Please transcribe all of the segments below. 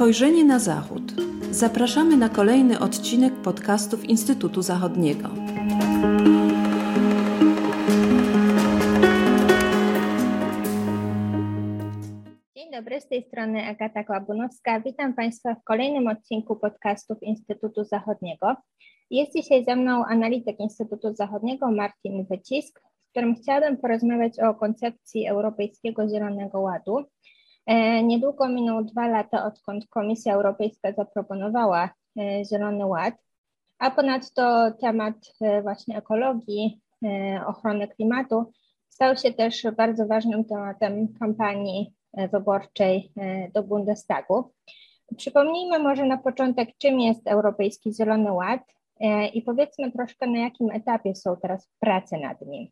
Spojrzenie na Zachód. Zapraszamy na kolejny odcinek podcastów Instytutu Zachodniego. Dzień dobry, z tej strony Agata Kłabunowska. Witam Państwa w kolejnym odcinku podcastów Instytutu Zachodniego. Jest dzisiaj ze mną analityk Instytutu Zachodniego Marcin Wycisk, z którym chciałabym porozmawiać o koncepcji Europejskiego Zielonego Ładu. Niedługo miną 2 lata, odkąd Komisja Europejska zaproponowała Zielony Ład, a ponadto temat właśnie ekologii, ochrony klimatu stał się też bardzo ważnym tematem kampanii wyborczej do Bundestagu. Przypomnijmy może na początek, czym jest Europejski Zielony Ład i powiedzmy troszkę, na jakim etapie są teraz prace nad nim.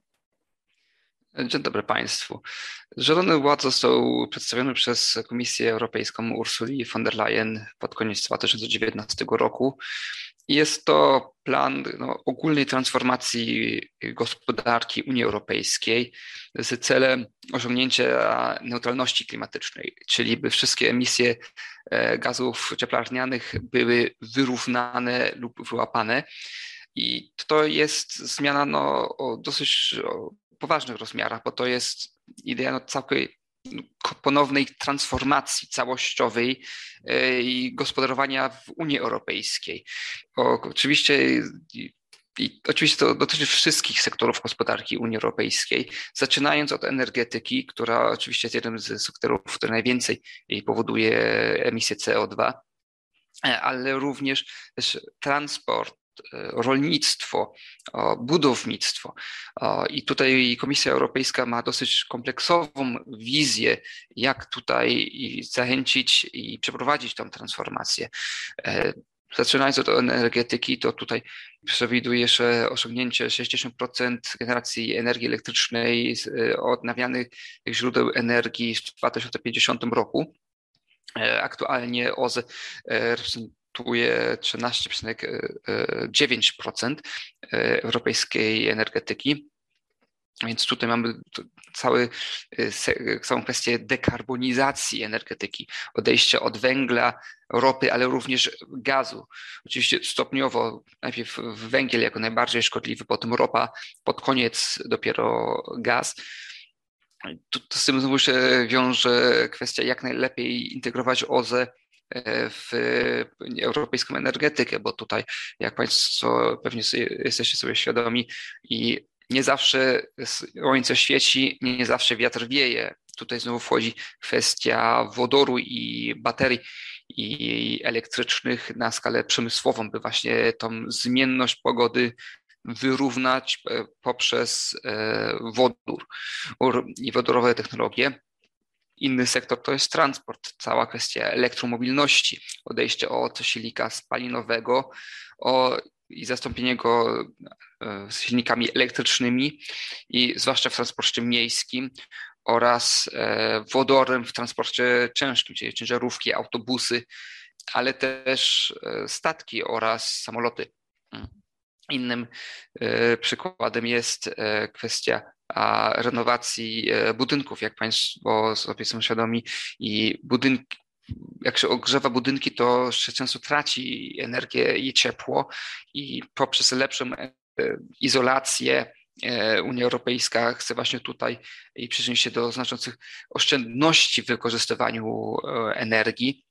Dzień dobry Państwu. Zielony Ład został przedstawiony przez Komisję Europejską Ursuli von der Leyen pod koniec 2019 roku. Jest to plan ogólnej transformacji gospodarki Unii Europejskiej z celem osiągnięcia neutralności klimatycznej, czyli by wszystkie emisje gazów cieplarnianych były wyrównane lub wyłapane. I to jest zmiana o dosyć poważnych rozmiarach, bo to jest idea całej ponownej transformacji całościowej i gospodarowania w Unii Europejskiej. Oczywiście to dotyczy wszystkich sektorów gospodarki Unii Europejskiej, zaczynając od energetyki, która oczywiście jest jednym z sektorów, który najwięcej powoduje emisję CO2, ale również też transport, rolnictwo, budownictwo. I tutaj Komisja Europejska ma dosyć kompleksową wizję, jak tutaj zachęcić i przeprowadzić tą transformację. Zaczynając od energetyki, to tutaj przewiduje się osiągnięcie 60% generacji energii elektrycznej z odnawialnych źródeł energii w 2050 roku. Aktualnie OZE reprezentuje 13,9% europejskiej energetyki. Więc tutaj mamy całą kwestię dekarbonizacji energetyki, odejścia od węgla, ropy, ale również gazu. Oczywiście stopniowo, najpierw węgiel jako najbardziej szkodliwy, potem ropa, pod koniec dopiero gaz. Z tym znowu się wiąże kwestia, jak najlepiej integrować OZE w europejską energetykę, bo tutaj, jak Państwo pewnie jesteście sobie świadomi, i nie zawsze słońce świeci, nie zawsze wiatr wieje. Tutaj znowu wchodzi kwestia wodoru i baterii i elektrycznych na skalę przemysłową, by właśnie tą zmienność pogody wyrównać poprzez wodór i wodorowe technologie. Inny sektor to jest transport, cała kwestia elektromobilności, odejście od silnika spalinowego i zastąpienie go silnikami elektrycznymi, i zwłaszcza w transporcie miejskim, oraz wodorem w transporcie ciężkim, czyli ciężarówki, autobusy, ale też statki oraz samoloty. Innym przykładem jest kwestia renowacji budynków, jak Państwo sobie są świadomi, i budynki, jak się ogrzewa budynki, to się często traci energię i ciepło, i poprzez lepszą izolację Unia Europejska chce właśnie tutaj przyczynić się do znaczących oszczędności w wykorzystywaniu energii.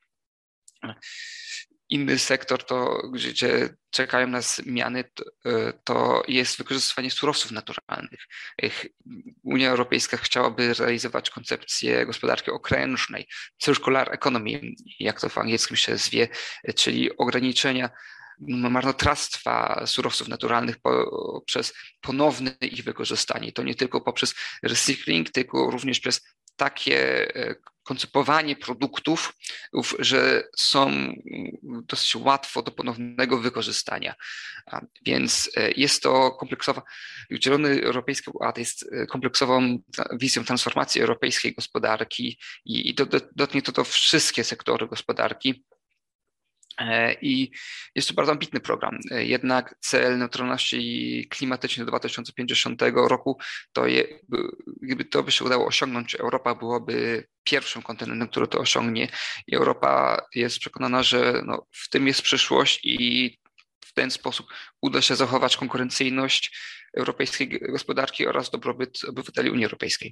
Inny sektor, gdzie czekają nas zmiany, to jest wykorzystywanie surowców naturalnych. Unia Europejska chciałaby realizować koncepcję gospodarki okrężnej, circular economy, jak to w angielskim się zwie, czyli ograniczenia marnotrawstwa surowców naturalnych poprzez ponowne ich wykorzystanie. To nie tylko poprzez recykling, tylko również przez takie koncypowanie produktów, że są dosyć łatwo do ponownego wykorzystania. Więc jest to kompleksowa, Zielony Europejski Ład jest kompleksową wizją transformacji europejskiej gospodarki i dotknie to wszystkie sektory gospodarki. I jest to bardzo ambitny program. Jednak cel neutralności klimatycznej do 2050 roku, gdyby to by się udało osiągnąć, Europa byłaby pierwszym kontynentem, który to osiągnie. I Europa jest przekonana, że w tym jest przyszłość i w ten sposób uda się zachować konkurencyjność europejskiej gospodarki oraz dobrobyt obywateli Unii Europejskiej.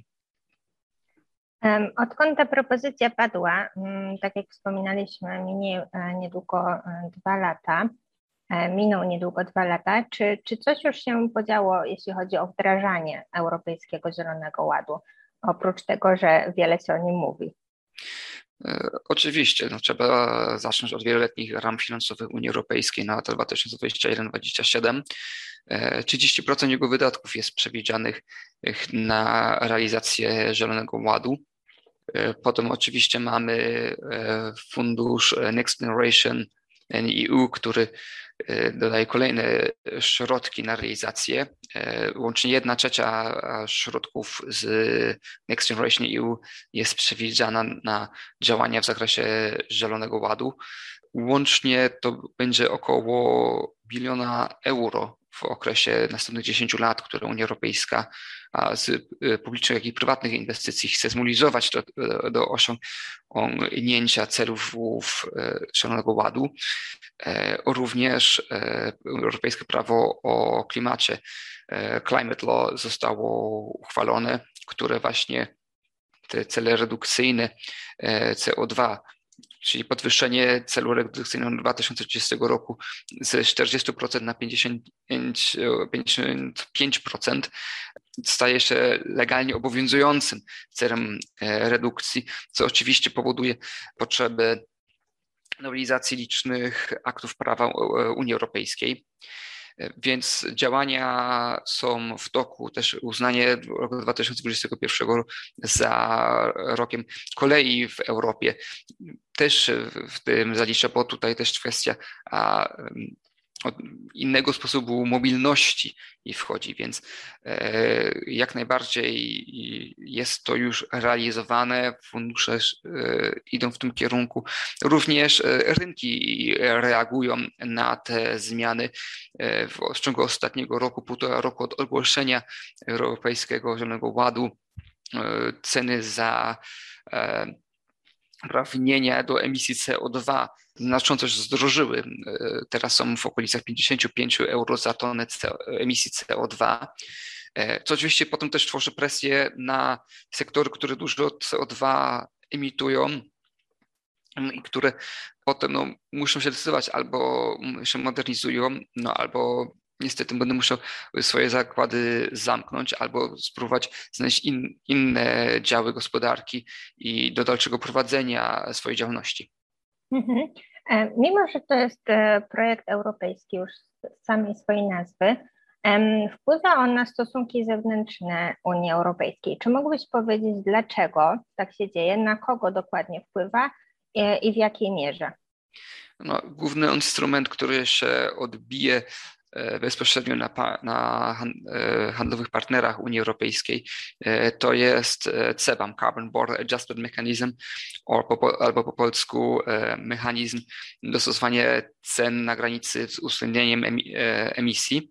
Odkąd ta propozycja padła, tak jak wspominaliśmy, minął niedługo 2 lata. Czy coś już się podziało, jeśli chodzi o wdrażanie Europejskiego Zielonego Ładu, oprócz tego, że wiele się o nim mówi? Oczywiście, trzeba zacząć od wieloletnich ram finansowych Unii Europejskiej na lata 2021-2027. 30% jego wydatków jest przewidzianych na realizację Zielonego Ładu. Potem oczywiście mamy fundusz Next Generation EU, który dodaje kolejne środki na realizację. Łącznie 1/3 środków z Next Generation EU jest przewidziana na działania w zakresie Zielonego Ładu. Łącznie to będzie około 1 biliona euro w okresie następnych 10 lat, które Unia Europejska z publicznych, jak i prywatnych inwestycji chce zmobilizować do osiągnięcia celów Zielonego Ładu. Również Europejskie Prawo o Klimacie, Climate Law, zostało uchwalone, które właśnie te cele redukcyjne CO2, czyli podwyższenie celu redukcyjnego do 2030 roku z 40% na 55%, staje się legalnie obowiązującym celem redukcji, co oczywiście powoduje potrzebę nowelizacji licznych aktów prawa Unii Europejskiej. Więc działania są w toku, też uznanie roku 2021 za rokiem kolei w Europie też w tym zalicza, bo tutaj też kwestia innego sposobu mobilności i wchodzi, więc jak najbardziej jest to już realizowane, fundusze idą w tym kierunku. Również rynki reagują na te zmiany. W ciągu ostatniego roku, 1,5 roku od ogłoszenia Europejskiego Zielonego Ładu, ceny za uprawnienia do emisji CO2 znacząco się zdrożyły. Teraz są w okolicach 55 euro za tonę emisji CO2, co oczywiście potem też tworzy presję na sektory, które dużo CO2 emitują i które potem muszą się decydować, albo się modernizują, albo niestety będę musiał swoje zakłady zamknąć albo spróbować znaleźć inne działy gospodarki i do dalszego prowadzenia swojej działalności. Mimo że to jest projekt europejski już z samej swojej nazwy, wpływa on na stosunki zewnętrzne Unii Europejskiej. Czy mógłbyś powiedzieć, dlaczego tak się dzieje, na kogo dokładnie wpływa i w jakiej mierze? Główny instrument, który się odbije bezpośrednio na handlowych partnerach Unii Europejskiej, to jest CBAM, Carbon Border Adjustment Mechanism, albo po polsku mechanizm dostosowania cen na granicy z uwzględnieniem emisji.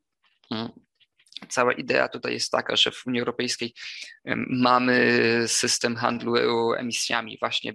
Cała idea tutaj jest taka, że w Unii Europejskiej mamy system handlu emisjami, właśnie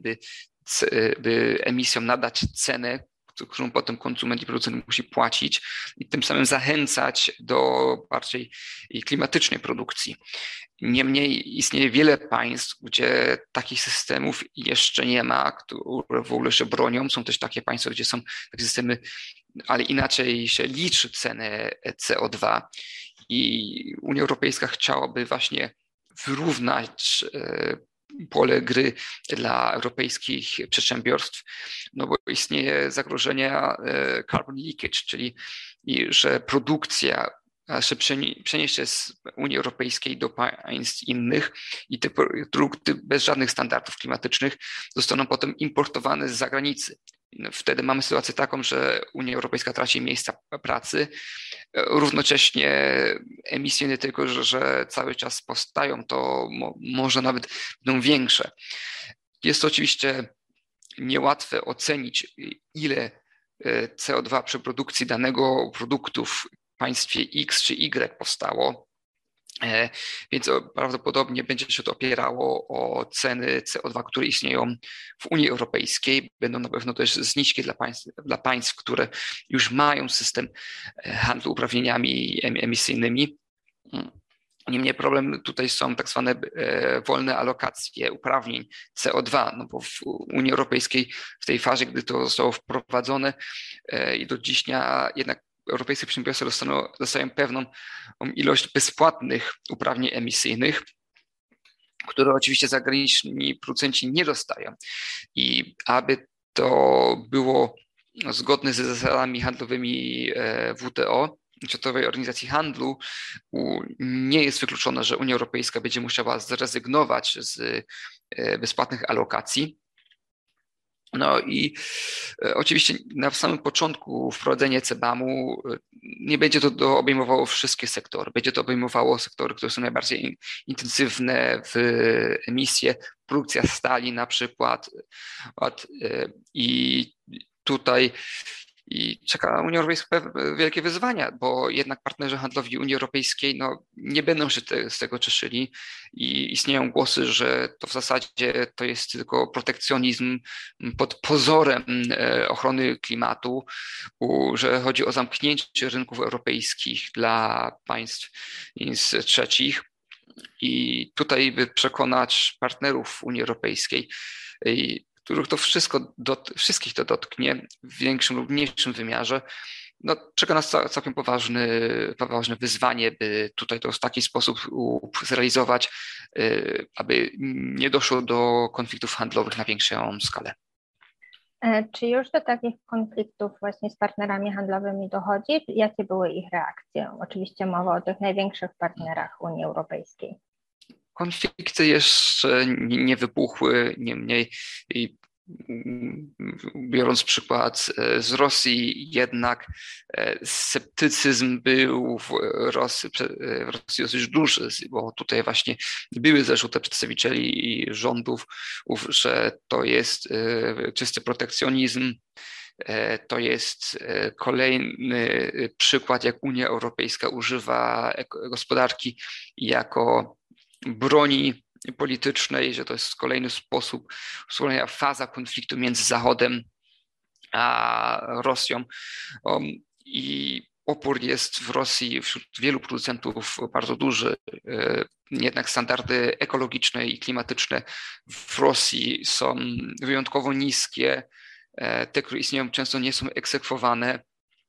by emisjom nadać cenę, którą potem konsument i producent musi płacić i tym samym zachęcać do bardziej klimatycznej produkcji. Niemniej istnieje wiele państw, gdzie takich systemów jeszcze nie ma, które w ogóle się bronią. Są też takie państwa, gdzie są takie systemy, ale inaczej się liczy cenę CO2 i Unia Europejska chciałaby właśnie wyrównać pole gry dla europejskich przedsiębiorstw, bo istnieje zagrożenie carbon leakage, czyli że produkcja się przeniesie z Unii Europejskiej do państw innych i te produkty bez żadnych standardów klimatycznych zostaną potem importowane z zagranicy. Wtedy mamy sytuację taką, że Unia Europejska traci miejsca pracy, równocześnie emisje nie tylko, że cały czas powstają, to może nawet będą większe. Jest to oczywiście niełatwe ocenić, ile CO2 przy produkcji danego produktu w państwie X czy Y powstało. Więc prawdopodobnie będzie się to opierało o ceny CO2, które istnieją w Unii Europejskiej. Będą na pewno też zniżki dla państw, które już mają system handlu uprawnieniami emisyjnymi. Niemniej problem tutaj są tak zwane wolne alokacje uprawnień CO2, no bo w Unii Europejskiej w tej fazie, gdy to zostało wprowadzone i do dziś dnia jednak europejskie przedsiębiorstwa dostają pewną ilość bezpłatnych uprawnień emisyjnych, które oczywiście zagraniczni producenci nie dostają. I aby to było zgodne ze zasadami handlowymi WTO, Światowej Organizacji Handlu, nie jest wykluczone, że Unia Europejska będzie musiała zrezygnować z bezpłatnych alokacji. No i oczywiście na samym początku wprowadzenie CBAM-u nie będzie to obejmowało wszystkie sektory. Będzie to obejmowało sektory, które są najbardziej intensywne w emisje, produkcja stali na przykład. I tutaj czeka Unia Europejska wielkie wyzwania, bo jednak partnerzy handlowi Unii Europejskiej nie będą się z tego cieszyli i istnieją głosy, że to w zasadzie to jest tylko protekcjonizm pod pozorem ochrony klimatu, że chodzi o zamknięcie rynków europejskich dla państw trzecich. I tutaj, by przekonać partnerów Unii Europejskiej, których to wszystkich to dotknie w większym lub mniejszym wymiarze, czeka nas całkiem poważne wyzwanie, by tutaj to w taki sposób zrealizować, aby nie doszło do konfliktów handlowych na większą skalę. Czy już do takich konfliktów właśnie z partnerami handlowymi dochodzi? Jakie były ich reakcje? Oczywiście mowa o tych największych partnerach Unii Europejskiej. Konflikty jeszcze nie wybuchły, niemniej biorąc przykład z Rosji, jednak sceptycyzm był w Rosji dosyć duży, bo tutaj właśnie były zarzuty przedstawicieli rządów, że to jest czysty protekcjonizm. To jest kolejny przykład, jak Unia Europejska używa gospodarki jako broni politycznej, że to jest kolejny sposób, kolejna faza konfliktu między Zachodem a Rosją. I opór jest w Rosji wśród wielu producentów bardzo duży. Jednak standardy ekologiczne i klimatyczne w Rosji są wyjątkowo niskie. Te, które istnieją, często nie są egzekwowane.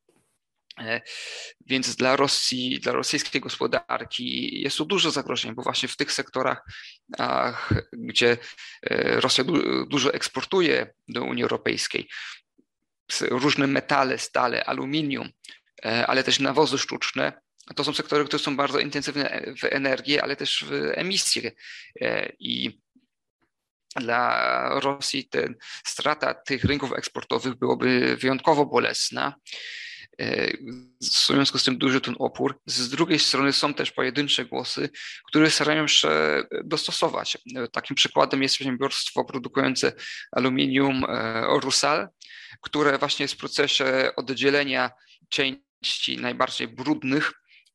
Więc dla Rosji, dla rosyjskiej gospodarki jest to duże zagrożenie, bo właśnie w tych sektorach, gdzie Rosja dużo eksportuje do Unii Europejskiej, różne metale, stale, aluminium, ale też nawozy sztuczne, to są sektory, które są bardzo intensywne w energię, ale też w emisję. I dla Rosji strata tych rynków eksportowych byłoby wyjątkowo bolesna. W związku z tym duży ten opór. Z drugiej strony są też pojedyncze głosy, które starają się dostosować. Takim przykładem jest przedsiębiorstwo produkujące aluminium Rusal, które właśnie jest w procesie oddzielenia części najbardziej brudnych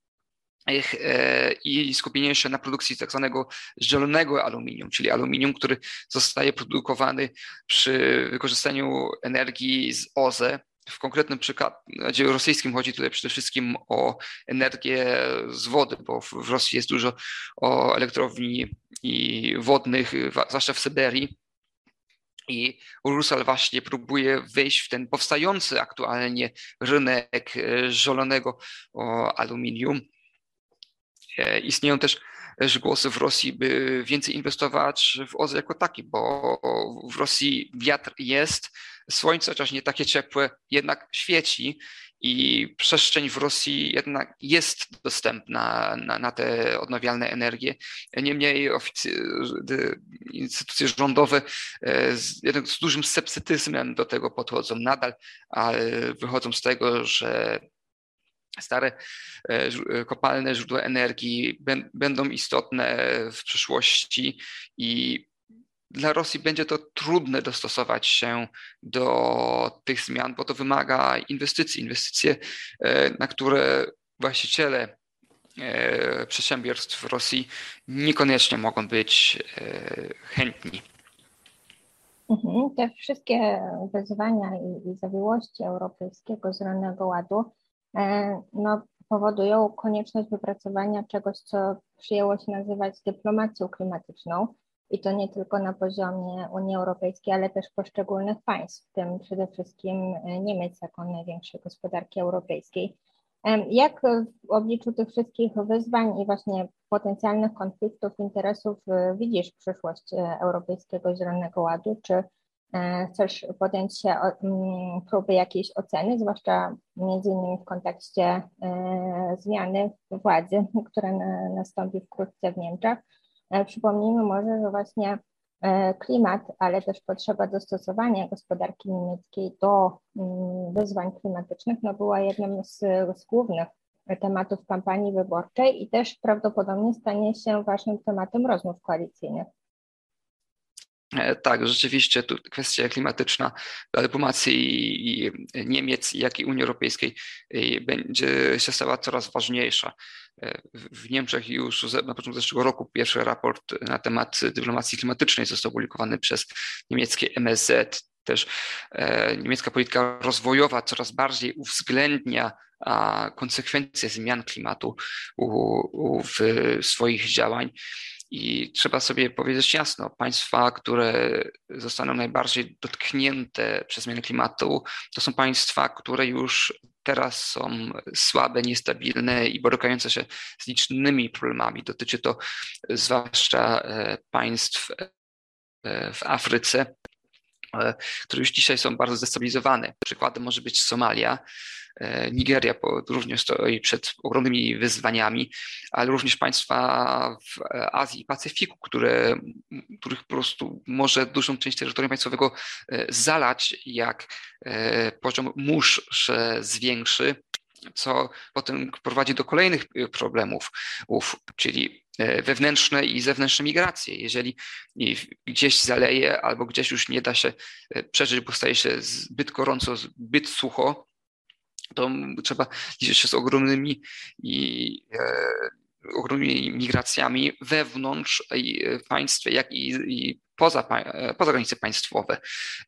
i skupienie się na produkcji tak zwanego zielonego aluminium, czyli aluminium, który zostaje produkowany przy wykorzystaniu energii z OZE. W konkretnym przykładzie rosyjskim chodzi tutaj przede wszystkim o energię z wody, bo w Rosji jest dużo elektrowni i wodnych, zwłaszcza w Syberii. I Rusal właśnie próbuje wejść w ten powstający aktualnie rynek zielonego aluminium. Istnieją też głosy w Rosji, by więcej inwestować w OZE jako taki, bo w Rosji wiatr jest, słońce, chociaż nie takie ciepłe, jednak świeci i przestrzeń w Rosji jednak jest dostępna na te odnawialne energie. Niemniej instytucje rządowe z dużym sceptycyzmem do tego podchodzą nadal, ale wychodzą z tego, że stare kopalne źródła energii będą istotne w przyszłości i dla Rosji będzie to trudne dostosować się do tych zmian, bo to wymaga inwestycje, na które właściciele przedsiębiorstw w Rosji niekoniecznie mogą być chętni. Te wszystkie wyzwania i zawiłości Europejskiego Zielonego Ładu powodują konieczność wypracowania czegoś, co przyjęło się nazywać dyplomacją klimatyczną, i to nie tylko na poziomie Unii Europejskiej, ale też poszczególnych państw, w tym przede wszystkim Niemiec jako największej gospodarki europejskiej. Jak w obliczu tych wszystkich wyzwań i właśnie potencjalnych konfliktów interesów widzisz przyszłość Europejskiego Zielonego Ładu? Czy chcesz podjąć się próby jakiejś oceny, zwłaszcza między innymi w kontekście zmiany władzy, która nastąpi wkrótce w Niemczech? Przypomnijmy może, że właśnie klimat, ale też potrzeba dostosowania gospodarki niemieckiej do wyzwań klimatycznych była jednym z głównych tematów kampanii wyborczej i też prawdopodobnie stanie się ważnym tematem rozmów koalicyjnych. Tak, rzeczywiście tu kwestia klimatyczna dla dyplomacji Niemiec, jak i Unii Europejskiej będzie się stała coraz ważniejsza. W Niemczech już na początku zeszłego roku pierwszy raport na temat dyplomacji klimatycznej został opublikowany przez niemieckie MSZ. Też niemiecka polityka rozwojowa coraz bardziej uwzględnia konsekwencje zmian klimatu w swoich działań. I trzeba sobie powiedzieć jasno, państwa, które zostaną najbardziej dotknięte przez zmiany klimatu, to są państwa, które już teraz są słabe, niestabilne i borykające się z licznymi problemami. Dotyczy to zwłaszcza państw w Afryce, które już dzisiaj są bardzo zdestabilizowane. Przykładem może być Somalia. Nigeria również stoi przed ogromnymi wyzwaniami, ale również państwa w Azji i Pacyfiku, których po prostu może dużą część terytorium państwowego zalać, jak poziom mórz się zwiększy, co potem prowadzi do kolejnych problemów, czyli wewnętrzne i zewnętrzne migracje. Jeżeli gdzieś zaleje albo gdzieś już nie da się przeżyć, bo staje się zbyt gorąco, zbyt sucho, to trzeba liczyć się z ogromnymi migracjami wewnątrz państw, jak i poza granice państwowe.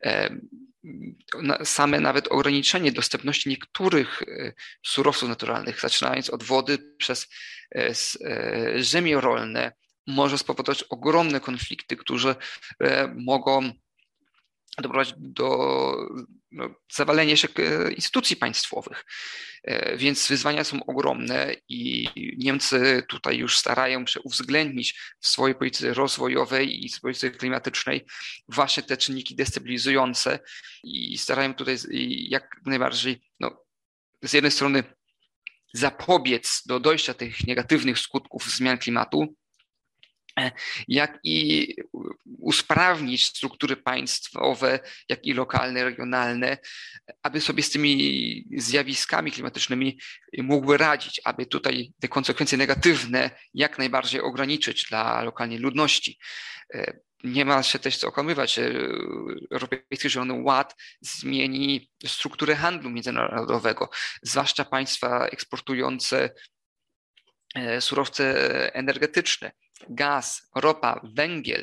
Same nawet ograniczenie dostępności niektórych surowców naturalnych, zaczynając od wody przez ziemie rolne, może spowodować ogromne konflikty, które mogą doprowadzić do zawalenia się instytucji państwowych. Więc wyzwania są ogromne i Niemcy tutaj już starają się uwzględnić w swojej polityce rozwojowej i w polityce klimatycznej właśnie te czynniki destabilizujące i starają tutaj jak najbardziej z jednej strony zapobiec do dojścia tych negatywnych skutków zmian klimatu, jak i usprawnić struktury państwowe, jak i lokalne, regionalne, aby sobie z tymi zjawiskami klimatycznymi mogły radzić, aby tutaj te konsekwencje negatywne jak najbardziej ograniczyć dla lokalnej ludności. Nie ma się też co okłamywać, że Europejski Zielony Ład zmieni strukturę handlu międzynarodowego, zwłaszcza państwa eksportujące surowce energetyczne, gaz, ropa, węgiel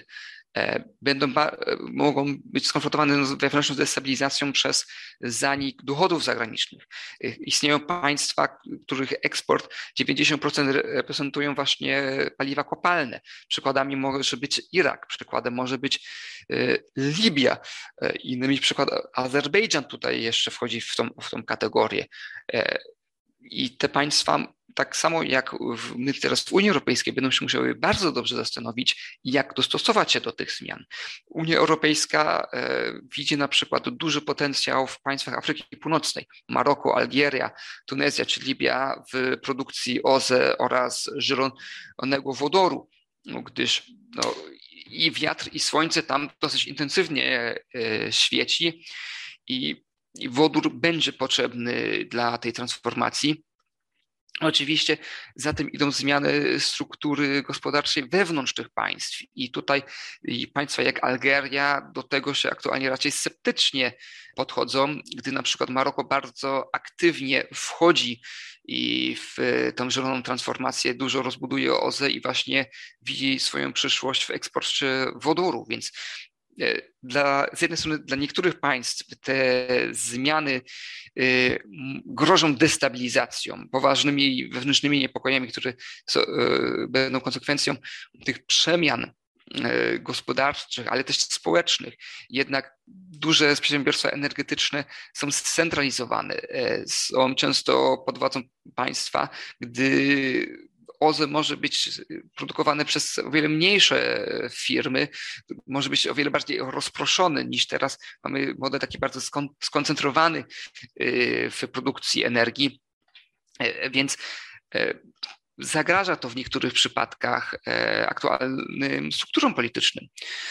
mogą być skonfrontowane z wewnętrzną destabilizacją przez zanik dochodów zagranicznych. Istnieją państwa, których eksport 90% reprezentują właśnie paliwa kopalne. Przykładami może być Irak, przykładem może być Libia, innymi przykładami Azerbejdżan tutaj jeszcze wchodzi w tą kategorię. I te państwa, tak samo jak my teraz w Unii Europejskiej, będą się musiały bardzo dobrze zastanowić, jak dostosować się do tych zmian. Unia Europejska widzi na przykład duży potencjał w państwach Afryki Północnej, Maroko, Algieria, Tunezja czy Libia w produkcji OZE oraz zielonego wodoru, gdyż i wiatr, i słońce tam dosyć intensywnie świeci i wodór będzie potrzebny dla tej transformacji. Oczywiście za tym idą zmiany struktury gospodarczej wewnątrz tych państw i tutaj państwa jak Algeria do tego się aktualnie raczej sceptycznie podchodzą, gdy na przykład Maroko bardzo aktywnie wchodzi i w tą zieloną transformację dużo rozbuduje OZE i właśnie widzi swoją przyszłość w eksporcie wodoru, więc z jednej strony dla niektórych państw te zmiany grożą destabilizacją, poważnymi wewnętrznymi niepokojami, które będą konsekwencją tych przemian gospodarczych, ale też społecznych. Jednak duże przedsiębiorstwa energetyczne są scentralizowane, są często pod władzą państwa, gdy OZE może być produkowane przez o wiele mniejsze firmy, może być o wiele bardziej rozproszony niż teraz. Mamy model taki bardzo skoncentrowany w produkcji energii, więc zagraża to w niektórych przypadkach aktualnym strukturom politycznym.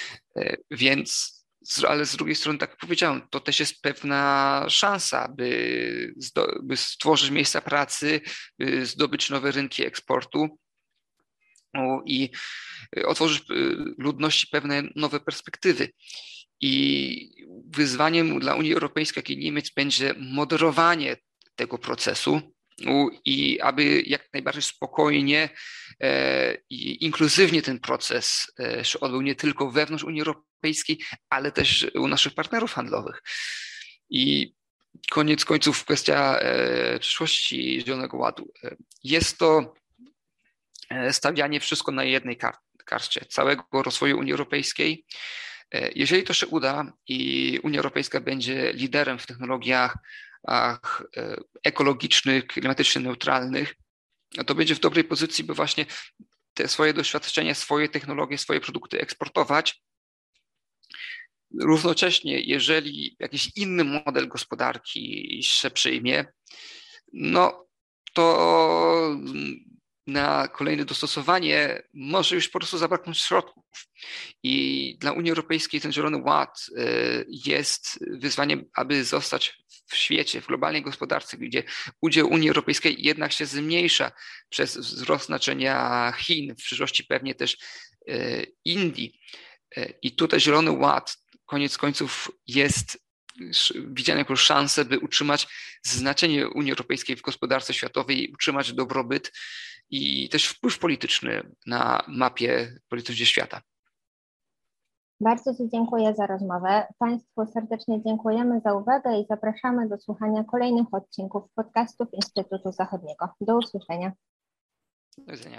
Ale z drugiej strony, tak jak powiedziałem, to też jest pewna szansa, by stworzyć miejsca pracy, by zdobyć nowe rynki eksportu i otworzyć ludności pewne nowe perspektywy. I wyzwaniem dla Unii Europejskiej, jak i Niemiec, będzie moderowanie tego procesu i aby jak najbardziej spokojnie i inkluzywnie ten proces się odbył nie tylko wewnątrz Unii Europejskiej, ale też u naszych partnerów handlowych. I koniec końców kwestia przyszłości Zielonego Ładu. Jest to stawianie wszystko na jednej karcie całego rozwoju Unii Europejskiej. Jeżeli to się uda i Unia Europejska będzie liderem w technologiach ekologicznych, klimatycznie neutralnych, to będzie w dobrej pozycji, by właśnie te swoje doświadczenia, swoje technologie, swoje produkty eksportować. Równocześnie, jeżeli jakiś inny model gospodarki się przyjmie, no to na kolejne dostosowanie może już po prostu zabraknąć środków. I dla Unii Europejskiej ten Zielony Ład jest wyzwaniem, aby zostać w świecie, w globalnej gospodarce, gdzie udział Unii Europejskiej jednak się zmniejsza przez wzrost znaczenia Chin, w przyszłości pewnie też Indii. I tutaj Zielony Ład koniec końców jest widziany jako szansę, by utrzymać znaczenie Unii Europejskiej w gospodarce światowej i utrzymać dobrobyt i też wpływ polityczny na mapie politycznej świata. Bardzo Ci dziękuję za rozmowę. Państwu serdecznie dziękujemy za uwagę i zapraszamy do słuchania kolejnych odcinków podcastów Instytutu Zachodniego. Do usłyszenia. Do widzenia.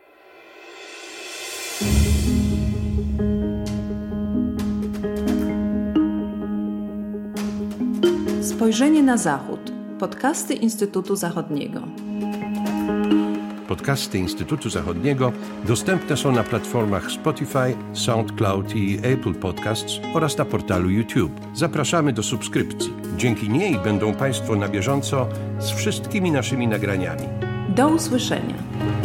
Spojrzenie na Zachód. Podcasty Instytutu Zachodniego. Podcasty Instytutu Zachodniego dostępne są na platformach Spotify, SoundCloud i Apple Podcasts oraz na portalu YouTube. Zapraszamy do subskrypcji. Dzięki niej będą Państwo na bieżąco z wszystkimi naszymi nagraniami. Do usłyszenia.